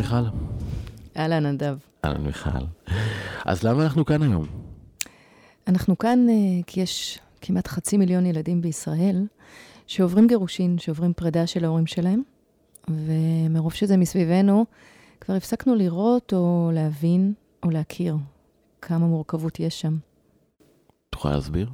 מיכל. אהלן, נדב. אהלן, מיכל. אז למה אנחנו כאן היום? אנחנו כאן כי יש כמעט 500,000 ילדים בישראל שעוברים גירושין, שעוברים פרידה של ההורים שלהם, ומרוב שזה מסביבנו, כבר הפסקנו לראות או להבין או להכיר כמה מורכבות יש שם. תוכל להסביר?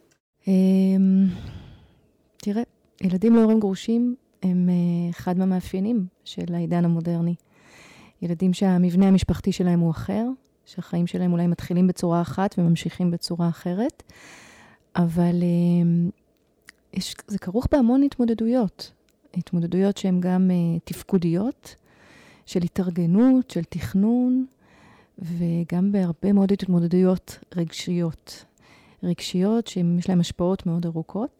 תראה, ילדים להורים גרושים הם אחד מהמאפיינים של העידן המודרני. ילדים שהמבנה המשפחתי שלהם הוא אחר, שהחיים שלהם אולי מתחילים בצורה אחת וממשיכים בצורה אחרת, אבל זה כרוך בהמון התמודדויות. התמודדויות שהן גם תפקודיות, של התארגנות, של תכנון, וגם בהרבה מאוד התמודדויות רגשיות. רגשיות שיש להן השפעות מאוד ארוכות.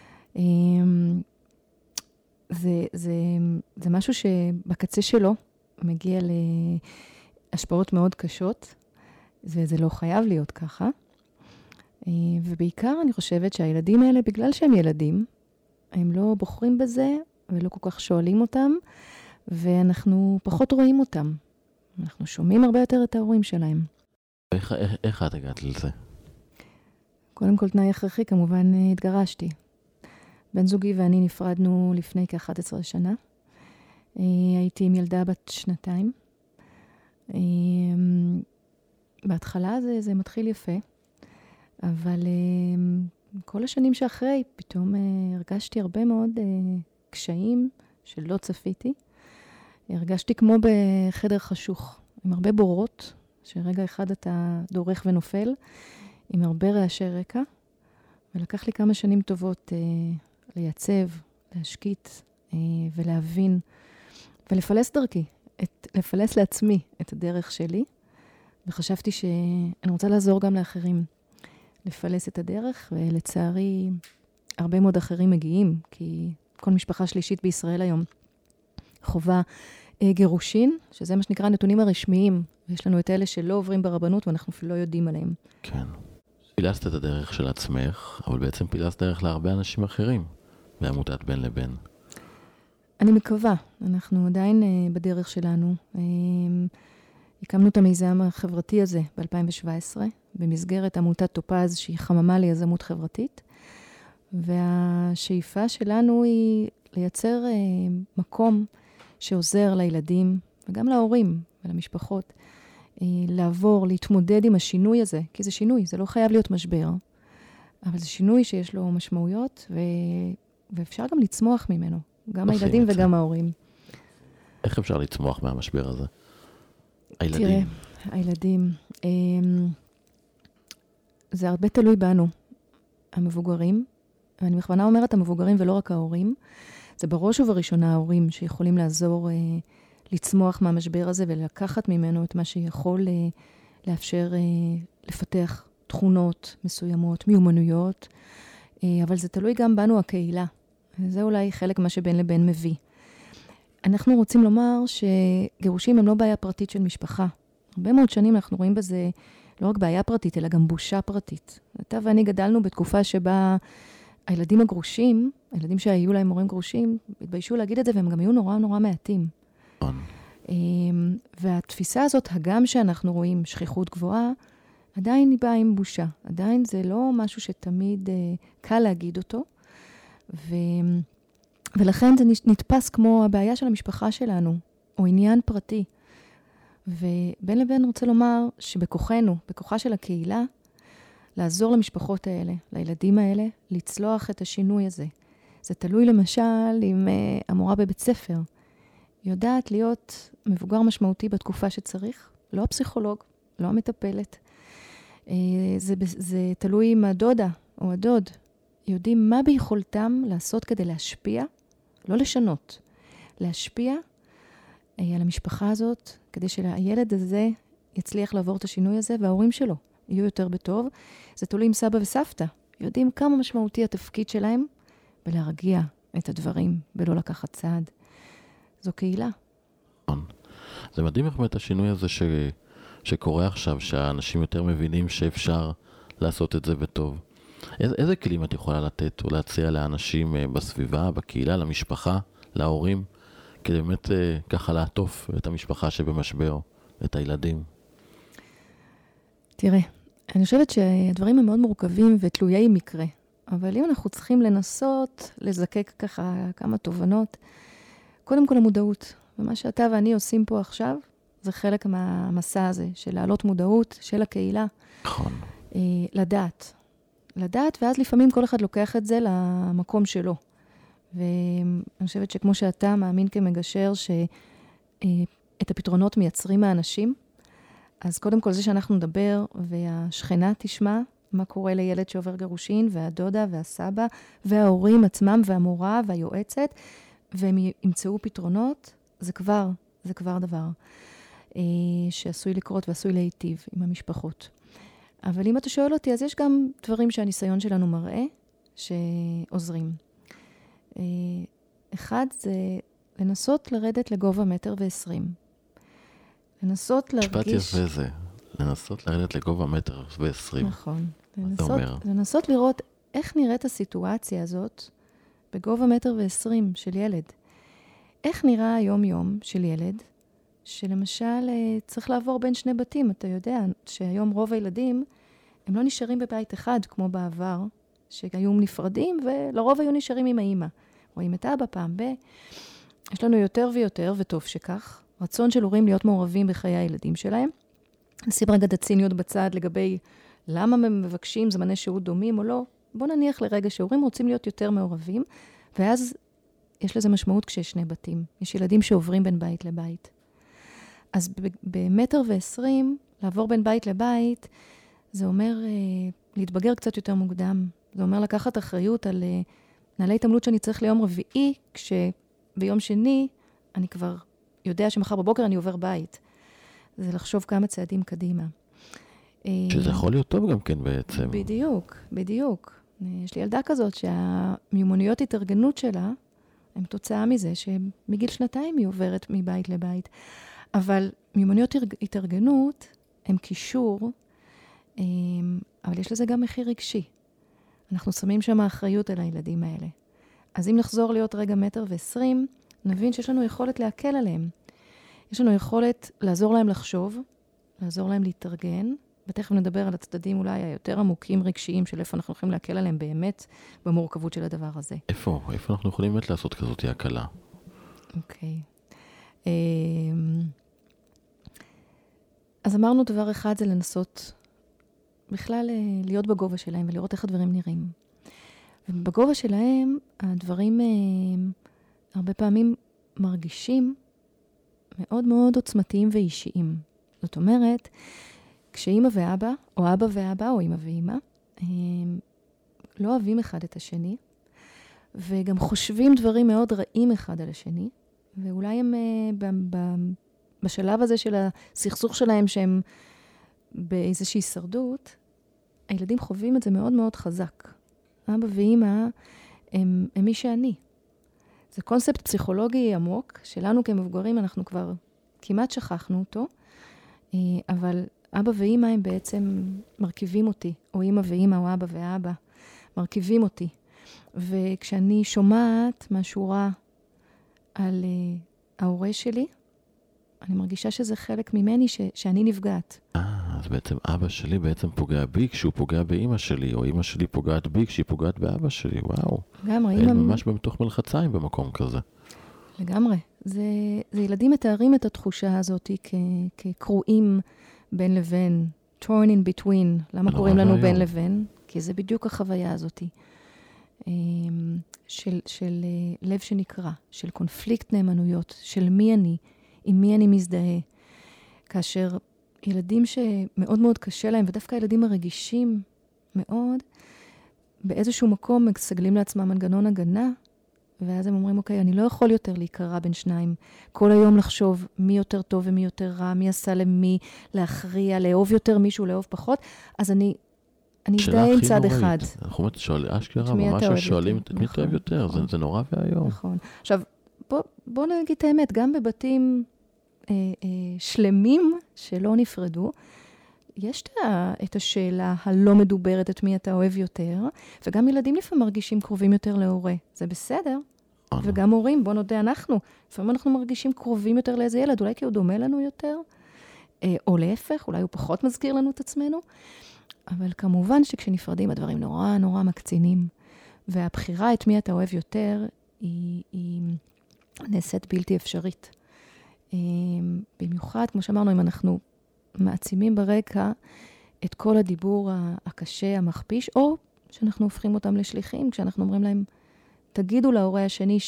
זה משהו שבקצה שלו מגיע להשפעות מאוד קשות, וזה לא חייב להיות ככה. ובעיקר אני חושבת שהילדים האלה, בגלל שהם ילדים, הם לא בוחרים בזה ולא כל כך שואלים אותם, ואנחנו פחות רואים אותם. אנחנו שומעים הרבה יותר את ההורים שלהם. איך את הגעת לזה? קודם כל, תנאי הכרחי, כמובן התגרשתי. בן זוגי ואני נפרדנו לפני כ-11 שנה. הייתי עם ילדה בת 2. בהתחלה זה מתחיל יפה, אבל כל השנים שאחרי, פתאום הרגשתי הרבה מאוד קשיים שלא צפיתי. הרגשתי כמו בחדר חשוך, עם הרבה בורות, שרגע אחד אתה דורך ונופל, עם הרבה רעשי רקע, ולקח לי כמה שנים טובות לייצב, להשקיט ולהבין, ולפלס דרכי, לפלס לעצמי את הדרך שלי, וחשבתי שאני רוצה לעזור גם לאחרים, לפלס את הדרך, ולצערי הרבה מאוד אחרים מגיעים, כי כל משפחה שלישית בישראל היום חובה גירושין, שזה מה שנקרא הנתונים הרשמיים, ויש לנו את אלה שלא עוברים ברבנות, ואנחנו אפילו לא יודעים עליהם. כן. פילסת את הדרך של עצמך, אבל בעצם פילסת דרך להרבה אנשים אחרים, בעמותת בין לבין. אני מקווה, אנחנו עדיין בדרך שלנו. הקמנו את המיזם החברתי הזה ב-2017, במסגרת עמותת טופז, שהיא חממה ליזמות חברתית, והשאיפה שלנו היא לייצר מקום שעוזר לילדים, וגם להורים ולמשפחות, לעבור, להתמודד עם השינוי הזה, כי זה שינוי, זה לא חייב להיות משבר, אבל זה שינוי שיש לו משמעויות, ואפשר גם לצמוח ממנו, גם הילדים וגם ההורים. איך אפשר לצמוח מהמשבר הזה? הילדים. תראה, הילדים, זה הרבה תלוי בנו, המבוגרים, ואני בכוונה אומרת המבוגרים ולא רק ההורים, זה בראש ובראשונה ההורים שיכולים לעזור לצמוח מהמשבר הזה ולקחת ממנו את מה שיכול לאפשר לפתח תכונות מסוימות, מיומנויות, אבל זה תלוי גם בנו הקהילה. זה אולי חלק מה שבין לבין מביא. אנחנו רוצים לומר שגירושים הם לא בעיה פרטית של משפחה. הרבה מאוד שנים אנחנו רואים בזה לא רק בעיה פרטית, אלא גם בושה פרטית. אתה ואני גדלנו בתקופה שבה הילדים הגרושים, הילדים שהיו להם הורים גרושים, התביישו להגיד את זה, והם גם היו נורא נורא מעטים. והתפיסה הזאת, הגם שאנחנו רואים שכיחות גבוהה, עדיין היא באה עם בושה. עדיין זה לא משהו שתמיד קל להגיד אותו. ולכן זה נתפס כמו הבעיה של המשפחה שלנו, או עניין פרטי. ובין לבין רוצה לומר שבכוחנו, בכוחה של הקהילה, לעזור למשפחות האלה, לילדים האלה, לצלוח את השינוי הזה. זה תלוי למשל עם המורה בבית ספר. יודעת להיות מבוגר משמעותי בתקופה שצריך, לא הפסיכולוג, לא המטפלת. זה תלוי עם הדודה או הדוד. יודעים מה ביכולתם לעשות כדי להשפיע, לא לשנות, להשפיע על המשפחה הזאת, כדי שהילד הזה יצליח לעבור את השינוי הזה, וההורים שלו יהיו יותר בטוב. זה תלוי עם סבא וסבתא. יודעים כמה משמעותי התפקיד שלהם, ולהרגיע את הדברים, ולא לקחת צעד. זו קהילה. זה מדהים איך באמת השינוי הזה שקורה עכשיו, שהאנשים יותר מבינים שאפשר לעשות את זה בטוב. איזה כלים את יכולה לתת או להציע לאנשים בסביבה, בקהילה, למשפחה, להורים, כדי באמת ככה לעטוף את המשפחה שבמשבר, את הילדים? תראה, אני חושבת שהדברים הם מאוד מורכבים ותלויי מקרה, אבל אם אנחנו צריכים לנסות לזקק ככה כמה תובנות, קודם כל המודעות, ומה שאתה ואני עושים פה עכשיו, זה חלק מהמסע הזה, של להעלות מודעות של הקהילה. נכון. לדעת, ואז לפעמים כל אחד לוקח את זה למקום שלו. ואני חושבת שכמו שאתה מאמין כמגשר, שאת הפתרונות מייצרים האנשים, אז קודם כל זה שאנחנו נדבר, והשכנה תשמע מה קורה לילד שעובר גירושין, והדודה והסבא, וההורים עצמם, והמורה והיועצת, והם ימצאו פתרונות, זה כבר דבר שעשוי לקרות ועשוי להיטיב עם המשפחות. אבל אם אתה שואל אותי, אז יש גם דברים שהניסיון שלנו מראה שעוזרים. אחד זה לנסות לרדת לגובה 1.20 מטר. לנסות להרגיש... משפט יפה זה, לנסות לרדת לגובה 1.20 מטר. נכון. מה אתה אומר? לנסות לראות איך נראית הסיטואציה הזאת בגובה 1.20 מטר של ילד. איך נראה היום-יום של ילד, שלמשל צריך לעבור בין שני בתים. אתה יודע שהיום רוב הילדים, הם לא נשארים בבית אחד כמו בעבר, שהיו נפרדים ולרוב היו נשארים עם האמא. רואים את אבא פעם יש לנו יותר ויותר, וטוב שכך, רצון של הורים להיות מעורבים בחיי הילדים שלהם. נשים רגע את הציניות בצד לגבי למה הם מבקשים זמני שהות דומים או לא. בוא נניח לרגע שהורים רוצים להיות יותר מעורבים, ואז יש לזה משמעות כשיש שני בתים. יש ילדים שעוברים בין בית לבית. אז ב1.20 מטר, לעבור בין בית לבית, זה אומר להתבגר קצת יותר מוקדם. זה אומר לקחת אחריות על נעלי התעמלות שאני צריך ליום רביעי, כשביום שני אני כבר יודע שמחר בבוקר אני עובר בית. זה לחשוב כמה צעדים קדימה. שזה יכול להיות טוב גם כן בעצם. בדיוק. יש לי ילדה כזאת שהמיומנויות התארגנות שלה, הן תוצאה מזה שמגיל 2 היא עוברת מבית לבית. אבל מיומנויות התארגנות הן קישור, אבל יש לזה גם מחיר רגשי. אנחנו שמים שם האחריות על הילדים האלה. אז אם נחזור להיות רגע 1.20 מטר, נבין שיש לנו יכולת להקל עליהם. יש לנו יכולת לעזור להם לחשוב, לעזור להם להתארגן, ותכף נדבר על הצדדים אולי היותר עמוקים רגשיים של איפה אנחנו יכולים להקל עליהם באמת במורכבות של הדבר הזה. איפה אנחנו יכולים באמת לעשות כזאת הקלה? אוקיי. אז אמרנו דבר אחד זה לנסות בכלל להיות בגובה שלהם ולראות איך הדברים נראים. ובגובה שלהם הדברים הרבה פעמים מרגישים מאוד מאוד עוצמתיים ואישיים. זאת אומרת, כשאמא ואבא, או אבא ואבא, או אמא ואמא, לא אוהבים אחד את השני, וגם חושבים דברים מאוד רעים אחד על השני, ואולי הם בשלב הזה של הסכסוך שלהם, שהם באיזושהי הישרדות, הילדים חווים את זה מאוד מאוד חזק. אבא ואמא הם מי שאני. זה קונספט פסיכולוגי עמוק, שלנו כמבוגרים אנחנו כבר כמעט שכחנו אותו, אבל אבא ואמא הם בעצם מרכיבים אותי, או אמא ואמא, או אבא ואבא, מרכיבים אותי. וכשאני שומעת משהו רע על ההורה שלי, אני מרגישה שזה חלק ממני שאני נפגעת. אז בעצם אבא שלי בעצם פוגע בי כשהוא פוגע באמא שלי, או אמא שלי פוגעת בי כשהיא פוגעת באבא שלי, וואו. לגמרי. הם ממש בתוך מלחציים במקום כזה. לגמרי. זה ילדים מתארים את התחושה הזאת כקרועים בין לבין, torn in between. למה קוראים לנו בין לבין? כי זה בדיוק החוויה הזאת. של לב שנקרא, של קונפליקט נאמנויות, של מי אני, עם מי אני מזדהה. כאשר ילדים שמאוד מאוד קשה להם, ודווקא ילדים הרגישים מאוד, באיזשהו מקום מסגלים לעצמם מנגנון הגנה, ואז הם אומרים, אוקיי, אני לא יכול יותר להיקרא בין שניים. כל היום לחשוב מי יותר טוב ומי יותר רע, מי עשה למי, להכריע, לאהוב יותר מישהו, לאהוב פחות. אז אני אזדהה עם צד אחד. אנחנו אשכרה ממש שואלים את מי אתה אוהב יותר, זה נורא והיום. נכון. עכשיו, בוא נגיד את האמת, גם בבתים שלמים שלא נפרדו, יש את השאלה הלא מדוברת, את מי אתה אוהב יותר, וגם ילדים לפעמים מרגישים קרובים יותר להורה. זה בסדר, וגם הורים, בוא נודה אנחנו. לפעמים אנחנו מרגישים קרובים יותר לאיזה ילד, אולי כי הוא דומה לנו יותר, או להפך, אולי הוא פחות מזכיר לנו את עצמנו. אבל כמובן שכשנפרדים הדברים נורא נורא מקצינים, והבחירה את מי אתה אוהב יותר, היא נעשית בלתי אפשרית. במיוחד, כמו שאמרנו, אם אנחנו מעצימים ברקע את כל הדיבור הקשה, המכפיש, או שאנחנו הופכים אותם לשליחים, כשאנחנו אומרים להם, תגידו להורה השני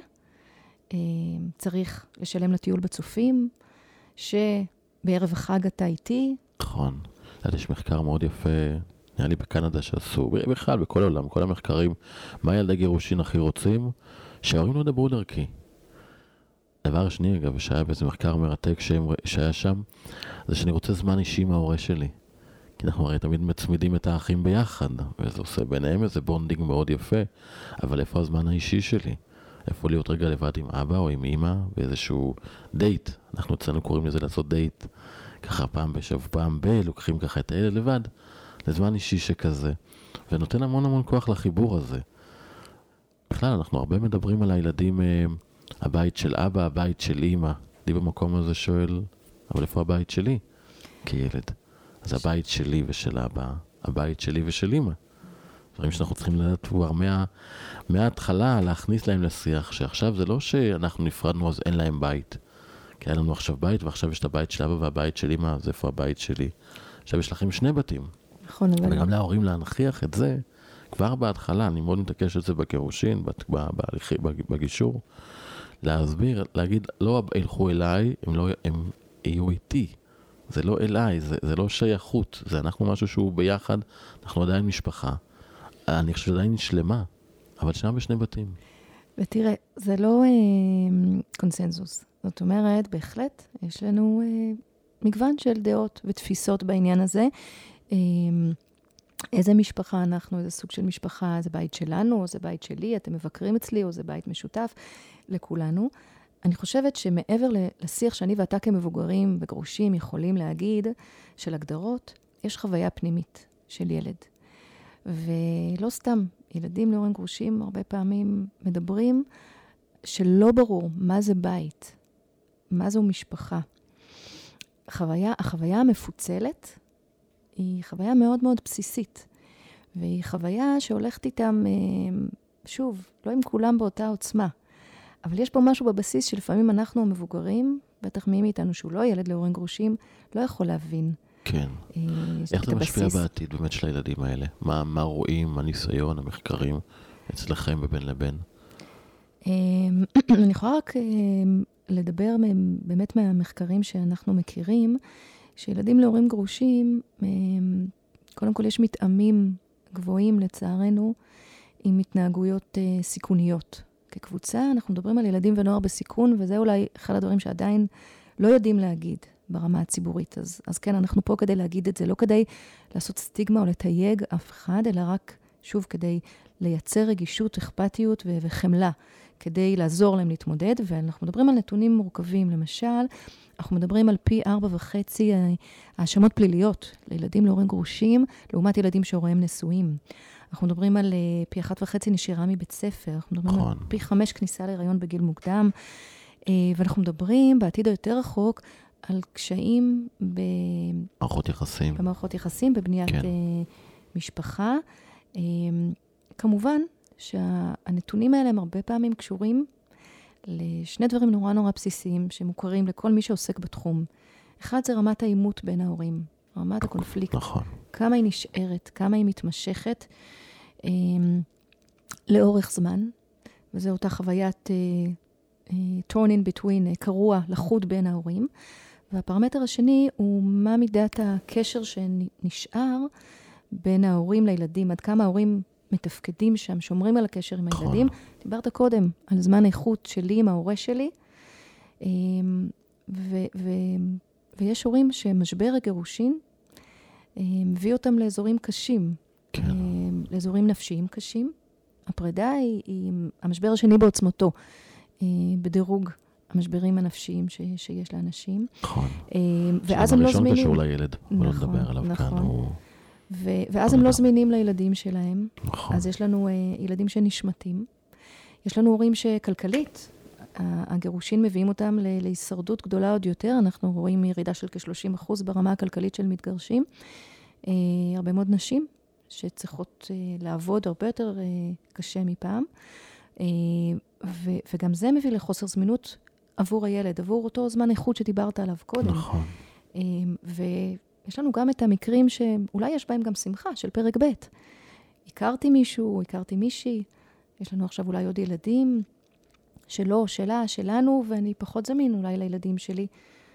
שצריך לשלם לטיול בצופים, שבערב החג אתה איתי. נכון. יש מחקר מאוד יפה, נראה לי בקנדה שעשו, בכלל, בכל העולם, כל המחקרים, מה ילדי גירושין הכי רוצים? שההורים לא ידברו דרכי. דבר השני, אגב, שהיה באיזה מחקר מרתק שהיה שם, זה שאני רוצה זמן אישי מההורה שלי. כי אנחנו הרי תמיד מצמידים את האחים ביחד, וזה עושה ביניהם איזה בונדינג מאוד יפה, אבל איפה הזמן האישי שלי? איפה להיות רגע לבד עם אבא או עם אמא, באיזשהו דייט. אנחנו אצלנו קוראים לזה לעשות דייט, ככה פעם בשבוע, פעם לוקחים ככה את הילד לבד, לזמן אישי שכזה, ונותן המון המון כוח לחיבור הזה. בכלל, אנחנו הרבה מדברים על הילדים, הבית של אבא, הבית של אמא. אני במקום הזה שואל, אבל איפה הבית שלי? כילד. אז הבית שלי ושל אבא, הבית שלי ושל אמא. דברים שאנחנו צריכים לדעת כבר מההתחלה להכניס להם לשיח, שעכשיו זה לא שאנחנו נפרדנו אז אין להם בית. כי היה לנו עכשיו בית, ועכשיו יש את הבית של אבא והבית של אמא, אז איפה הבית שלי? עכשיו יש לכם שני בתים. נכון, אבל... וגם להורים להנכיח את זה, כבר בהתחלה, אני מאוד מתעקש את זה בגירושין, בגישור, להסביר, להגיד, לא ילכו אליי, הם יהיו איתי. זה לא אליי, זה לא שייכות, זה אנחנו משהו שהוא ביחד, אנחנו עדיין משפחה. אני חושב שעדיין שלמה, אבל שם בשני בתים. ותראה, זה לא קונסנזוס. זאת אומרת, בהחלט, יש לנו מגוון של דעות ותפיסות בעניין הזה. איזה משפחה אנחנו, איזה סוג של משפחה, זה בית שלנו, או זה בית שלי, אתם מבקרים אצלי, או זה בית משותף, לכולנו. אני חושבת שמעבר לשיח שאני ואתה כמבוגרים וגרושים יכולים להגיד, של הגדרות, יש חוויה פנימית של ילד. ולא סתם, ילדים להורים גרושים הרבה פעמים מדברים שלא ברור מה זה בית, מה זו משפחה. החוויה המפוצלת היא חוויה מאוד מאוד בסיסית, והיא חוויה שהולכת איתם, שוב, לא עם כולם באותה עוצמה, אבל יש פה משהו בבסיס שלפעמים אנחנו המבוגרים, בטח מי מאיתנו שהוא לא ילד להורים גרושים, לא יכול להבין. כן. איך זה משפיע בעתיד באמת של הילדים האלה? מה רואים, הניסיון, המחקרים אצלכם בבין לבין? אני יכולה רק לדבר באמת מהמחקרים שאנחנו מכירים, שילדים להורים גרושים, קודם כל יש מתאמים גבוהים לצערנו, עם התנהגויות סיכוניות. כקבוצה אנחנו מדברים על ילדים ונוער בסיכון, וזה אולי אחד הדברים שעדיין לא יודעים להגיד ברמה הציבורית. אז כן, אנחנו פה כדי להגיד את זה, לא כדי לעשות סטיגמה או לתייג אף אחד, אלא רק, שוב, כדי לייצר רגישות, אכפתיות וחמלה, כדי לעזור להם להתמודד, ואנחנו מדברים על נתונים מורכבים. למשל, אנחנו מדברים על פי 4.5 האשמות פליליות לילדים להורים גרושים, לעומת ילדים שהוריהם נשואים. אנחנו מדברים על פי 1.5 נשירה מבית ספר, אנחנו מדברים על פי 5 כניסה להיריון בגיל מוקדם, ואנחנו מדברים בעתיד היותר רחוק על קשיים במערכות יחסים, בבניית משפחה. כמובן שהנתונים האלה הם הרבה פעמים קשורים לשני דברים נורא נורא בסיסיים שמוכרים לכל מי שעוסק בתחום. אחד זה רמת האימות בין ההורים, רמת הקונפליקט. נכון. כמה היא נשארת, כמה היא מתמשכת לאורך זמן, וזו אותה חוויית torn in between, קרוע, לחוד בין ההורים. והפרמטר השני הוא מה מידת הקשר שנשאר בין ההורים לילדים, עד כמה ההורים מתפקדים שם, שומרים על הקשר עם הילדים. דיברת קודם על זמן איכות שלי עם ההורה שלי, ויש הורים שמשבר הגירושין מביא אותם לאזורים קשים, לאזורים נפשיים קשים. הפרידה היא המשבר השני בעוצמתו, בדירוג המשברים הנפשיים שיש לאנשים. נכון. ואז הם לא זמינים. הראשון קשור לילד, ולא נדבר עליו כאן. ואז הם לא זמינים לילדים שלהם. אז יש לנו ילדים שנשמטים, יש לנו הורים שכלכלית, הגירושין מביאים אותם להישרדות גדולה עוד יותר, אנחנו רואים ירידה של כ-30% ברמה הכלכלית של מתגרשים. הרבה מאוד נשים שצריכות לעבוד הרבה יותר קשה מפעם, וגם זה מביא לחוסר זמינות עבור הילד, עבור אותו זמן איכות שדיברת עליו קודם. נכון. ויש לנו גם את המקרים שאולי יש בהם גם שמחה של פרק ב'. הכרתי מישהו, הכרתי מישהי, יש לנו עכשיו אולי עוד ילדים, שלו, שלה, שלנו, ואני פחות זמין אולי לילדים שלי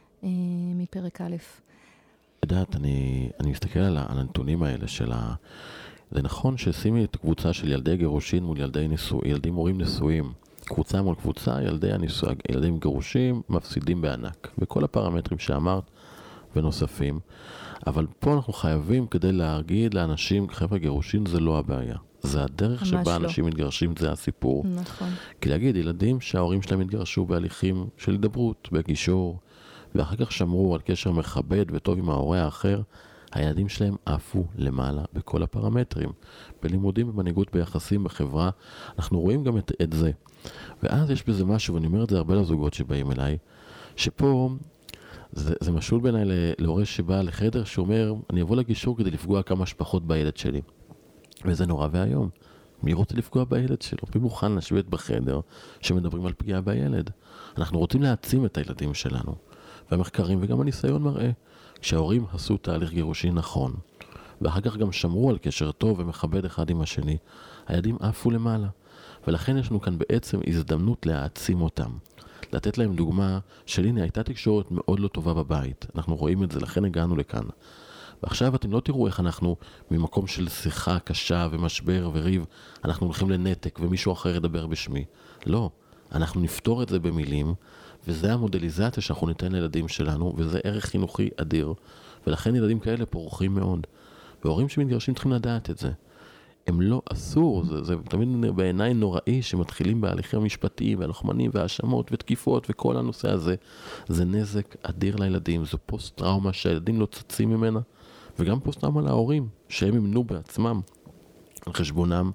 מפרק א'. יודעת, אני מסתכל על הנתונים האלה זה נכון ששימי את הקבוצה של ילדי גירושין מול ילדים הורים נשואים. קבוצה מול קבוצה, ילדים גירושים מפסידים בענק. בכל הפרמטרים שאמרת ונוספים. אבל פה אנחנו חייבים כדי להגיד לאנשים, חבר'ה, גירושין זה לא הבעיה. זה הדרך שבה אנשים מתגרשים, זה הסיפור. נכון. כי להגיד, ילדים שההורים שלהם התגרשו בהליכים של הידברות, בגישור, ואחר כך שמרו על קשר מכבד וטוב עם ההורה האחר, הילדים שלהם עפו למעלה בכל הפרמטרים. בלימודים ובמנהיגות ביחסים בחברה, אנחנו רואים גם את זה. ואז יש בזה משהו, ואני אומר את זה הרבה לזוגות שבאים אליי, שפה זה משול בעיניי להורה שבא לחדר שאומר, אני אבוא לגישור כדי לפגוע כמה שפחות בילד שלי. וזה נורא והיום. מי רוצה לפגוע בילד שלו? מי מוכן לשבת בחדר שמדברים על פגיעה בילד? אנחנו רוצים להעצים את הילדים שלנו. והמחקרים וגם הניסיון מראה, כשההורים עשו תהליך גירושי נכון, ואחר כך גם שמרו על קשר טוב ומכבד אחד עם השני, הילדים עפו למעלה. ולכן יש לנו כאן בעצם הזדמנות להעצים אותם. לתת להם דוגמה של הנה, הייתה תקשורת מאוד לא טובה בבית. אנחנו רואים את זה, לכן הגענו לכאן. ועכשיו אתם לא תראו איך אנחנו ממקום של שיחה קשה ומשבר וריב, אנחנו הולכים לנתק ומישהו אחר ידבר בשמי. לא, אנחנו נפתור את זה במילים, וזה המודליזציה שאנחנו ניתן לילדים שלנו, וזה ערך חינוכי אדיר. ולכן ילדים כאלה פורחים מאוד. והורים שמתגרשים צריכים לדעת את זה. הם לא אסור, זה תמיד בעיניי נוראי שמתחילים בהליכים המשפטיים והלוחמנים והאשמות ותקיפות וכל הנושא הזה. זה נזק אדיר לילדים, זו פוסט-טראומה שהילדים לא צצים ממנה, וגם פוסט-טראומה להורים, שהם ימנו בעצמם על חשבונם,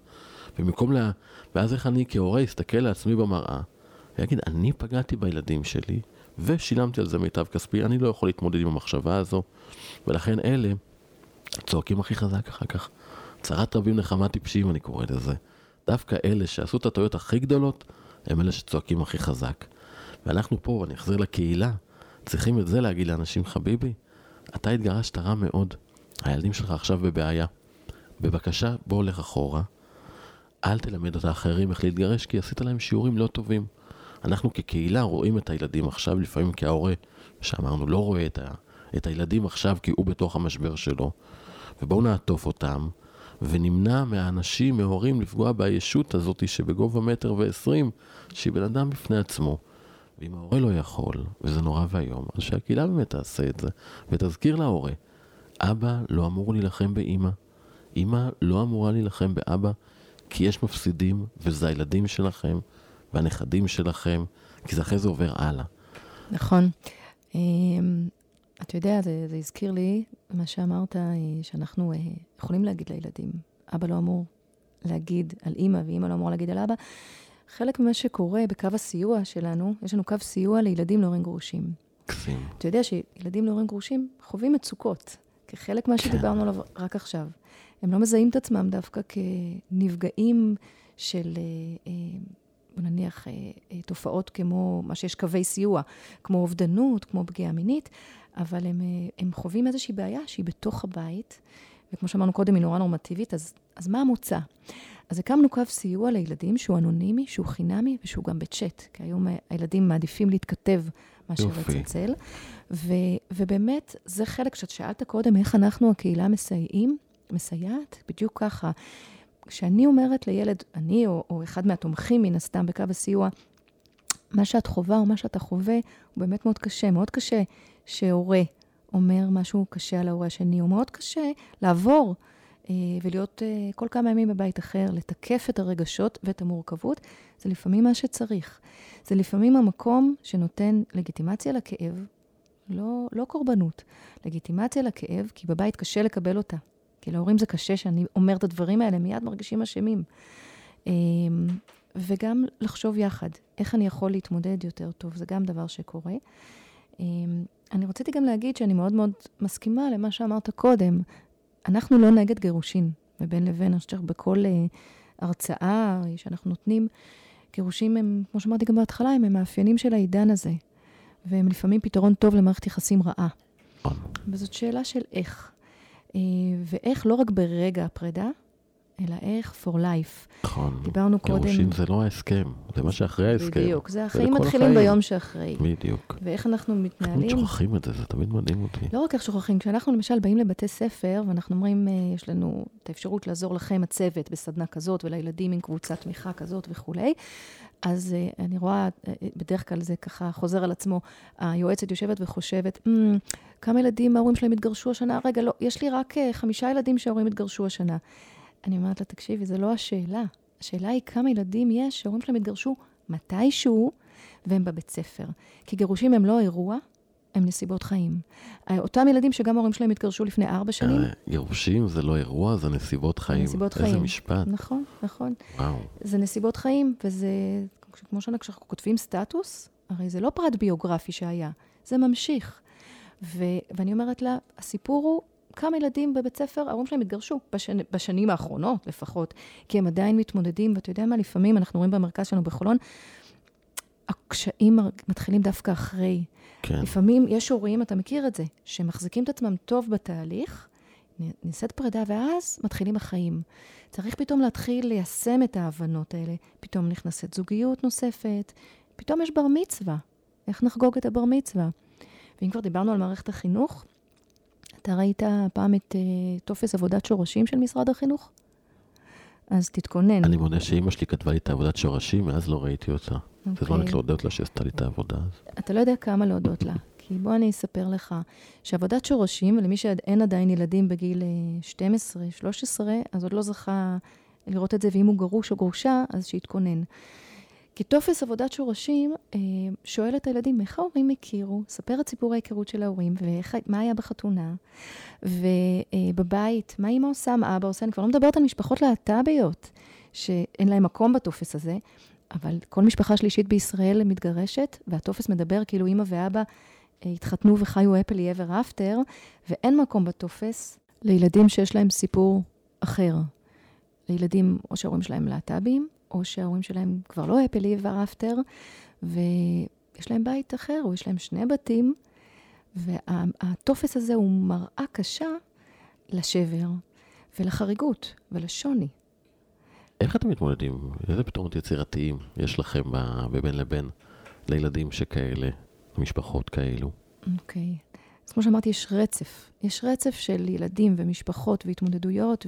ואז איך אני כהורה אסתכל לעצמי במראה, ויגיד, אני פגעתי בילדים שלי, ושילמתי על זה מיטב כספי, אני לא יכול להתמודד עם המחשבה הזו, ולכן אלה צועקים הכי חזק אחר כך. צרת רבים נחמה טיפשים, אני קורא לזה. דווקא אלה שעשו את הטעויות הכי גדולות, הם אלה שצועקים הכי חזק. ואנחנו פה, ואני אחזיר לקהילה, צריכים את זה להגיד לאנשים, חביבי, אתה התגרשת רע מאוד. הילדים שלך עכשיו בבעיה. בבקשה, בוא הולך אחורה. אל תלמד את האחרים איך להתגרש, כי עשית להם שיעורים לא טובים. אנחנו כקהילה רואים את הילדים עכשיו, לפעמים כהורה, שאמרנו, לא רואה את הילדים עכשיו, כי הוא בתוך המשבר שלו. ובואו נעטוף אותם, ונמנע מהאנשים, מההורים, לפגוע בישות הזאת שבגובה 1.20 מטר, שהיא בן אדם בפני עצמו. ואם ההורה לא יכול, וזה נורא והיום, אז שהקהילה באמת תעשה את זה, ותזכיר להורה, אבא לא אמור להילחם באמא, אמא לא אמורה להילחם באבא, כי יש מפסידים, וזה הילדים שלכם, והנכדים שלכם, כי זה אחרי זה עובר הלאה. נכון. אתה יודע, זה הזכיר לי מה שאמרת, שאנחנו יכולים להגיד לילדים. אבא לא אמור להגיד על אמא, ואמא לא אמור להגיד על אבא. חלק ממה שקורה בקו הסיוע שלנו, יש לנו קו סיוע לילדים להורים גרושים. קסים. אתה יודע שילדים להורים גרושים חווים מצוקות, כחלק מה שדיברנו עליו רק עכשיו. הם לא מזהים את עצמם דווקא כנפגעים של, נניח, תופעות כמו מה שיש קווי סיוע, כמו אובדנות, כמו פגיעה מינית, אבל הם חווים איזושהי בעיה שהיא בתוך הבית, וכמו שאמרנו קודם, היא נורא נורמטיבית, אז מה המוצא? אז הקמנו קו סיוע לילדים שהוא אנונימי, שהוא חינמי, ושהוא גם בצ'אט, כי היום הילדים מעדיפים להתכתב מאשר לצלצל, ובאמת זה חלק שאת שאלת קודם, איך אנחנו הקהילה מסייעת, בדיוק ככה. כשאני אומרת לילד, אני או אחד מהתומכים מן הסתם בקו הסיוע, מה שאת חובה או מה שאתה חווה, הוא באמת מאוד קשה. מאוד קשה שהורה אומר משהו קשה על ההורה השני, הוא מאוד קשה לעבור ולהיות כל כמה ימים בבית אחר, לתקף את הרגשות ואת המורכבות, זה לפעמים מה שצריך. זה לפעמים המקום שנותן לגיטימציה לכאב, לא קורבנות, לגיטימציה לכאב, כי בבית קשה לקבל אותה. כי להורים זה קשה שאני אומר את הדברים האלה, מיד מרגישים אשמים. וגם לחשוב יחד, איך אני יכול להתמודד יותר טוב, זה גם דבר שקורה. אני רציתי גם להגיד שאני מאוד מאוד מסכימה למה שאמרת קודם. אנחנו לא נגד גירושין, ובין לבין, אני חושב בכל הרצאה שאנחנו נותנים, גירושים הם, כמו שאמרתי גם בהתחלה, הם מאפיינים של העידן הזה, והם לפעמים פתרון טוב למערכת יחסים רעה. וזאת שאלה של איך. ואיך לא רק ברגע הפרידה, אלא איך for life. נכון. דיברנו קודם... גירושים זה לא ההסכם, זה מה שאחרי ההסכם. בדיוק, זה החיים מתחילים ביום שאחרי. בדיוק. ואיך אנחנו מתנהלים... אנחנו שוכחים את זה, זה תמיד מדהים אותי. לא רק איך שוכחים, כשאנחנו למשל באים לבתי ספר, ואנחנו אומרים, יש לנו את האפשרות לעזור לכם הצוות בסדנה כזאת, ולילדים עם קבוצת תמיכה כזאת וכו'. אז אני רואה, בדרך כלל זה ככה חוזר על עצמו, היועצת יושבת וחושבת, כמה ילדים ההורים שלהם התגרשו השנה? רגע, לא, יש לי רק 5 ילדים שההורים התגרשו השנה. אני אומרת לה, תקשיבי, זה לא השאלה. השאלה היא כמה ילדים יש שההורים שלהם התגרשו מתישהו, והם בבית ספר. כי גירושים הם לא אירוע, הם נסיבות חיים. אותם ילדים שגם ההורים שלהם התגרשו לפני 4 שנים. גירושים זה לא אירוע, זה נסיבות חיים. נסיבות חיים. איזה משפט. נכון, נכון. וואו. זה נסיבות חיים, וזה, כמו שאנחנו כותבים סטטוס, הרי זה לא פרט ביוגרפי שהיה, זה ממשיך. ואני אומרת לה, הסיפור הוא, כמה ילדים בבית ספר, ההורים שלהם התגרשו, בשנים האחרונות לפחות, כי הם עדיין מתמודדים, ואתה יודע מה, לפעמים אנחנו רואים במרכז שלנו בחולון, הקשיים מתחילים דווקא אחרי. כן. לפעמים יש הורים, אתה מכיר את זה, שמחזיקים את עצמם טוב בתהליך, נעשית פרידה, ואז מתחילים החיים. צריך פתאום להתחיל ליישם את ההבנות האלה. פתאום נכנסת זוגיות נוספת, פתאום יש בר מצווה. איך נחגוג את הבר מצווה? ואם כבר דיברנו על מערכת החינוך, אתה ראית פעם את טופס עבודת שורשים של משרד החינוך? אז תתכונן. אני מודה שאמא שלי כתבה לי את העבודת שורשים, מאז לא ראיתי אותה. זה זמן להודות לה שעשתה לי את העבודה. אתה לא יודע כמה להודות לה. כי בוא אני אספר לך, שעבודת שורשים, ולמי שאין עדיין ילדים בגיל 12, 13, אז עוד לא זכה לראות את זה, ואם הוא גרוש או גרושה, אז שיתכונן. כי טופס עבודת שורשים שואל את הילדים, איך ההורים הכירו? ספר את סיפור ההיכרות של ההורים, ומה היה בחתונה, ובבית, מה אמא עושה, מה אבא עושה, אני כבר לא מדברת על משפחות להט"ביות, שאין להם מקום בטופס הזה, אבל כל משפחה שלישית בישראל מתגרשת, והטופס מדבר כאילו אמא ואבא התחתנו וחיו happily ever after, ואין מקום בטופס לילדים שיש להם סיפור אחר. לילדים או שההורים שלהם להט"בים, או שההורים שלהם כבר לא happily ever after, ויש להם בית אחר, או יש להם 2 בתים, והטופס הזה הוא מראה קשה לשבר, ולחריגות, ולשוני. איך אתם מתמודדים? איזה פתרונות יצירתיים יש לכם בבין לבין לילדים שכאלה, משפחות כאלו? אוקיי. אז כמו שאמרתי, יש רצף. יש רצף של ילדים ומשפחות והתמודדויות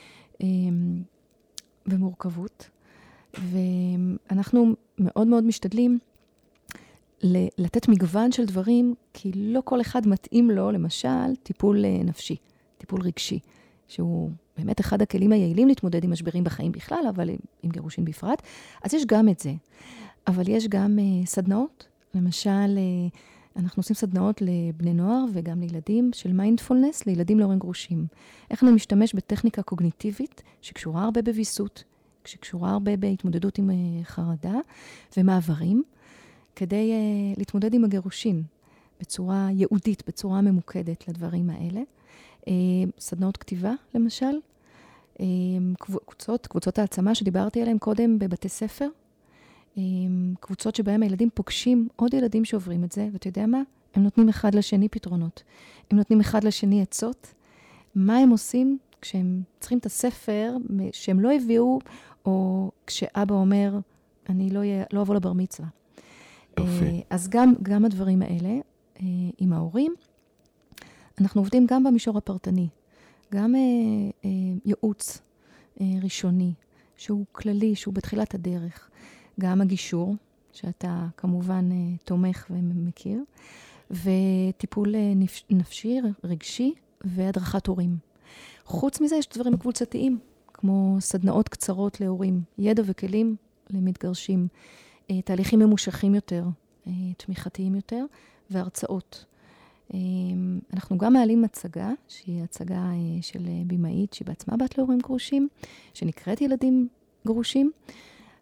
ומורכבות. ואנחנו מאוד מאוד משתדלים לתת מגוון של דברים, כי לא כל אחד מתאים לו, למשל, טיפול נפשי, טיפול רגשי, שהוא באמת אחד הכלים היעילים להתמודד עם משברים בחיים בכלל, אבל עם גירושים בפרט. אז יש גם את זה. אבל יש גם סדנאות. למשל, אנחנו עושים סדנאות לבני נוער וגם לילדים של מיינדפולנס, לילדים להורים גרושים. איך אני משתמש בטכניקה קוגניטיבית שקשורה הרבה בוויסות, שקשורה הרבה בהתמודדות עם חרדה ומעברים, כדי להתמודד עם הגירושים בצורה ייעודית, בצורה ממוקדת לדברים האלה. סדנאות כתיבה, למשל, קבוצות העצמה שדיברתי עליהן קודם בבתי ספר, קבוצות שבהם הילדים פוגשים עוד ילדים שעוברים את זה, ואתה יודע מה? הם נותנים אחד לשני פתרונות. הם נותנים אחד לשני עצות. מה הם עושים כשהם צריכים את הספר שהם לא הביאו, או כשאבא אומר, אני לא אבוא לבר מצווה. אז גם הדברים האלה, עם ההורים, אנחנו עובדים גם במישור הפרטני, גם ייעוץ ראשוני, שהוא כללי, שהוא בתחילת הדרך, גם הגישור, שאתה כמובן תומך ומכיר, וטיפול נפשי, רגשי, והדרכת הורים. חוץ מזה יש דברים קבוצתיים, כמו סדנאות קצרות להורים, ידע וכלים למתגרשים, תהליכים ממושכים יותר, תמיכתיים יותר, והרצאות. אנחנו גם מעלים הצגה, שהיא הצגה של בימאית, שהיא בעצמה בת להורים גרושים, שנקראת ילדים גרושים.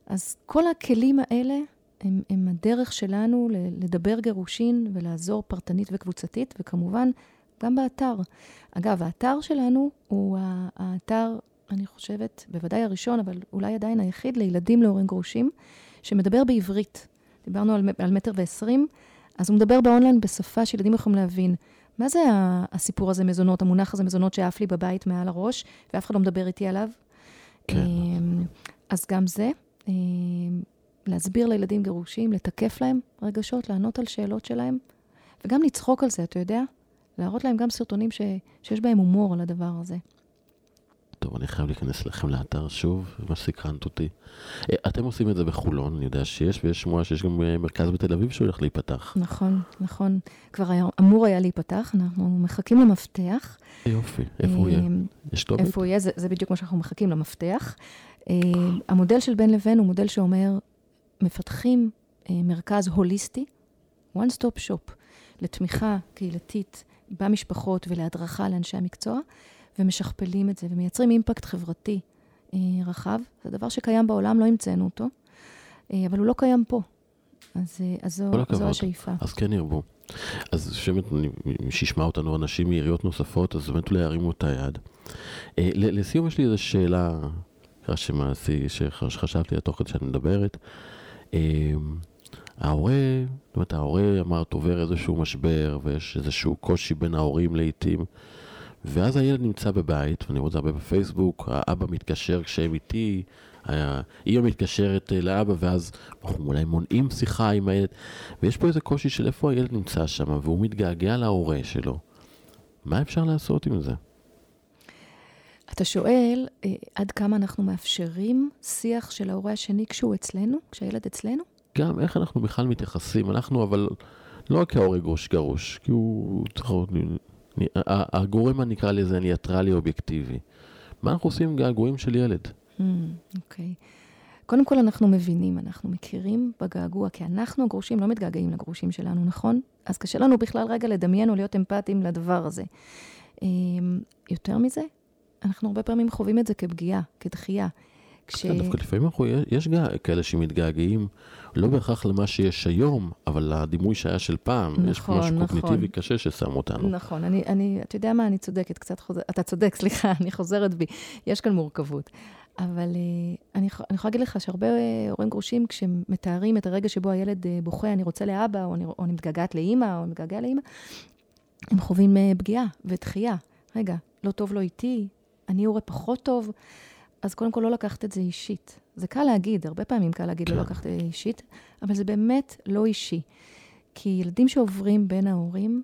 אז כל הכלים האלה הם הדרך שלנו לדבר גירושין ולעזור פרטנית וקבוצתית, וכמובן גם באתר. אגב, האתר שלנו הוא האתר, אני חושבת, בוודאי הראשון, אבל אולי עדיין היחיד, לילדים להורים גרושים, שמדבר בעברית. דיברנו על 1.20 מטר, אז הוא מדבר באונליין בשפה שילדים יכולים להבין. מה זה הסיפור הזה מזונות, המונח הזה מזונות שאף לי בבית מעל הראש, ואף אחד לא מדבר איתי עליו? כן. אז גם זה, להסביר לילדים גירושים, לתקף להם רגשות, לענות על שאלות שלהם, וגם לצחוק על זה, אתה יודע? להראות להם גם סרטונים שיש בהם הומור על הדבר הזה. טוב, אני חייב להיכנס לכם לאתר שוב, מה סקרנת אותי. אתם עושים את זה בחולון, אני יודע שיש, ויש שמועה שיש גם מרכז בתל אביב שהולך להיפתח. נכון, נכון. כבר אמור היה להיפתח, אנחנו מחכים למפתח. יופי, איפה הוא יהיה? יש כתובת? איפה הוא יהיה, זה בדיוק מה שאנחנו מחכים למפתח. המודל של בין לבין הוא מודל שאומר, מפתחים מרכז הוליסטי, one stop shop, לתמיכה קהילתית במשפחות ולהדרכה לאנשי המקצוע, ומשכפלים את זה, ומייצרים אימפקט חברתי רחב. זה דבר שקיים בעולם, לא המצאנו אותו, אבל הוא לא קיים פה. אז זו השאיפה. אז כן ירבו. אז שבאמת, שישמע אותנו אנשים מעיריות נוספות, אז באמת אולי ירימו את היד. לסיום יש לי איזו שאלה, שחשבתי לתוך כדי שאת מדברת. ההורה אמר, תעובר איזשהו משבר, ויש איזשהו קושי בין ההורים לעתים, ואז הילד נמצא בבית, ואני רואה את זה הרבה בפייסבוק, האבא מתקשר כשהם איתי, היא מתקשרת לאבא, ואז אנחנו אולי מונעים שיחה עם הילד, ויש פה איזה קושי של איפה הילד נמצא שם, והוא מתגעגע להורה שלו. מה אפשר לעשות עם זה? אתה שואל, עד כמה אנחנו מאפשרים שיח של ההורה השני כשהוא אצלנו, כשהילד אצלנו? גם איך אנחנו בכלל מתייחסים, אנחנו אבל לא כהורה גרוש, כי הוא הגורם הנקרא לזה ניטרלי אובייקטיבי. מה אנחנו עושים עם געגועים של ילד? אוקיי. קודם כל אנחנו מבינים, אנחנו מכירים בגעגוע, כי אנחנו הגרושים לא מתגעגעים לגרושים שלנו, נכון? אז קשה לנו בכלל רגע לדמיין או להיות אמפתיים לדבר הזה. יותר מזה, אנחנו הרבה פעמים חווים את זה כפגיעה, כדחייה. דווקא לפעמים יש כאלה שמתגעגעים, לא בהכרח למה שיש היום, אבל לדימוי שהיה של פעם, יש משהו קוגניטיבי קשה ששם אותנו. נכון, אתה יודע מה, אני צודקת, אתה צודק, סליחה, אני חוזרת בי, יש כאן מורכבות. אבל אני יכולה להגיד לך שהרבה הורים גרושים, כשמתארים את הרגע שבו הילד בוכה, אני רוצה לאבא, או אני מתגעגעת לאמא, או אני מתגעגע לאמא, הם חווים פגיעה ודחייה. רגע, לא טוב לו איתי, אני הורה פחות טוב, אז קודם כל לא לקחת את זה אישית. זה קל להגיד, הרבה פעמים קל להגיד לא לקחת את זה אישית, אבל זה באמת לא אישי. כי ילדים שעוברים בין ההורים,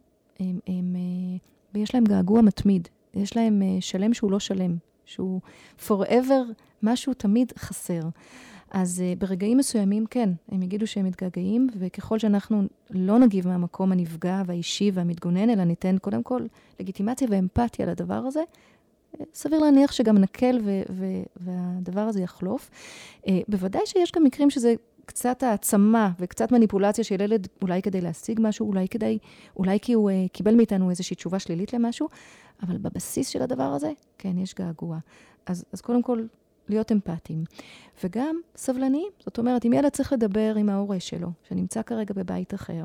יש להם געגוע מתמיד. יש להם שלם שהוא לא שלם, שהוא forever, משהו תמיד חסר. אז ברגעים מסוימים, כן, הם יגידו שהם מתגעגעים, וככל שאנחנו לא נגיב מהמקום הנפגע והאישי והמתגונן, אלא ניתן קודם כל לגיטימציה ואמפתיה לדבר הזה, סביר להניח שגם נקל והדבר הזה יחלוף. בוודאי שיש גם מקרים שזה קצת העצמה וקצת מניפולציה של ילד, אולי כדי להשיג משהו, אולי כי הוא קיבל מאיתנו איזושהי תשובה שלילית למשהו, אבל בבסיס של הדבר הזה, כן, יש געגוע. אז קודם כל, להיות אמפתיים. וגם סבלניים, זאת אומרת, אם ילד צריך לדבר עם ההורה שלו, שנמצא כרגע בבית אחר,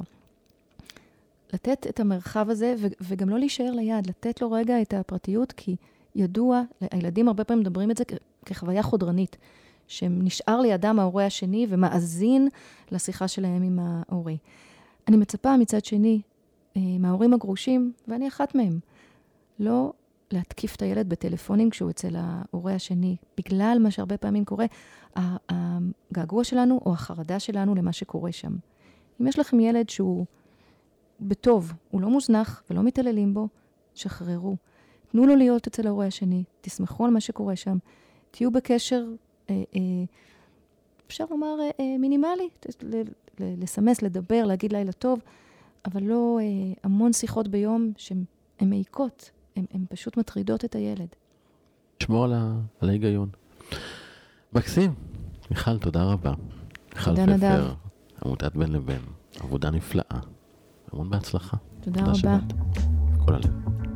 לתת את המרחב הזה, וגם לא להישאר ליד, לתת לו רגע את הפרטיות, כי ידוע, הילדים הרבה פעמים מדברים את זה כחוויה חודרנית, שנשאר לידם ההורה השני ומאזין לשיחה שלהם עם ההורה. אני מצפה מצד שני, מההורים הגרושים, ואני אחת מהם, לא להתקיף את הילד בטלפונים כשהוא אצל ההורה השני, בגלל מה שהרבה פעמים קורה, הגעגוע שלנו או החרדה שלנו למה שקורה שם. אם יש לכם ילד שהוא בטוב, הוא לא מוזנח ולא מתעללים בו, שחררו. תנו לו להיות אצל ההורה השני, תסמכו על מה שקורה שם, תהיו בקשר, אפשר לומר מינימלי, לסמס, לדבר, להגיד לילה טוב, אבל לא המון שיחות ביום שהן מעיקות, הן פשוט מטרידות את הילד. שמור על ההיגיון. מקסים, מיכל, תודה רבה. מיכל פפר, עמותת בין לבין, עבודה נפלאה. המון בהצלחה. תודה רבה. כל הלב.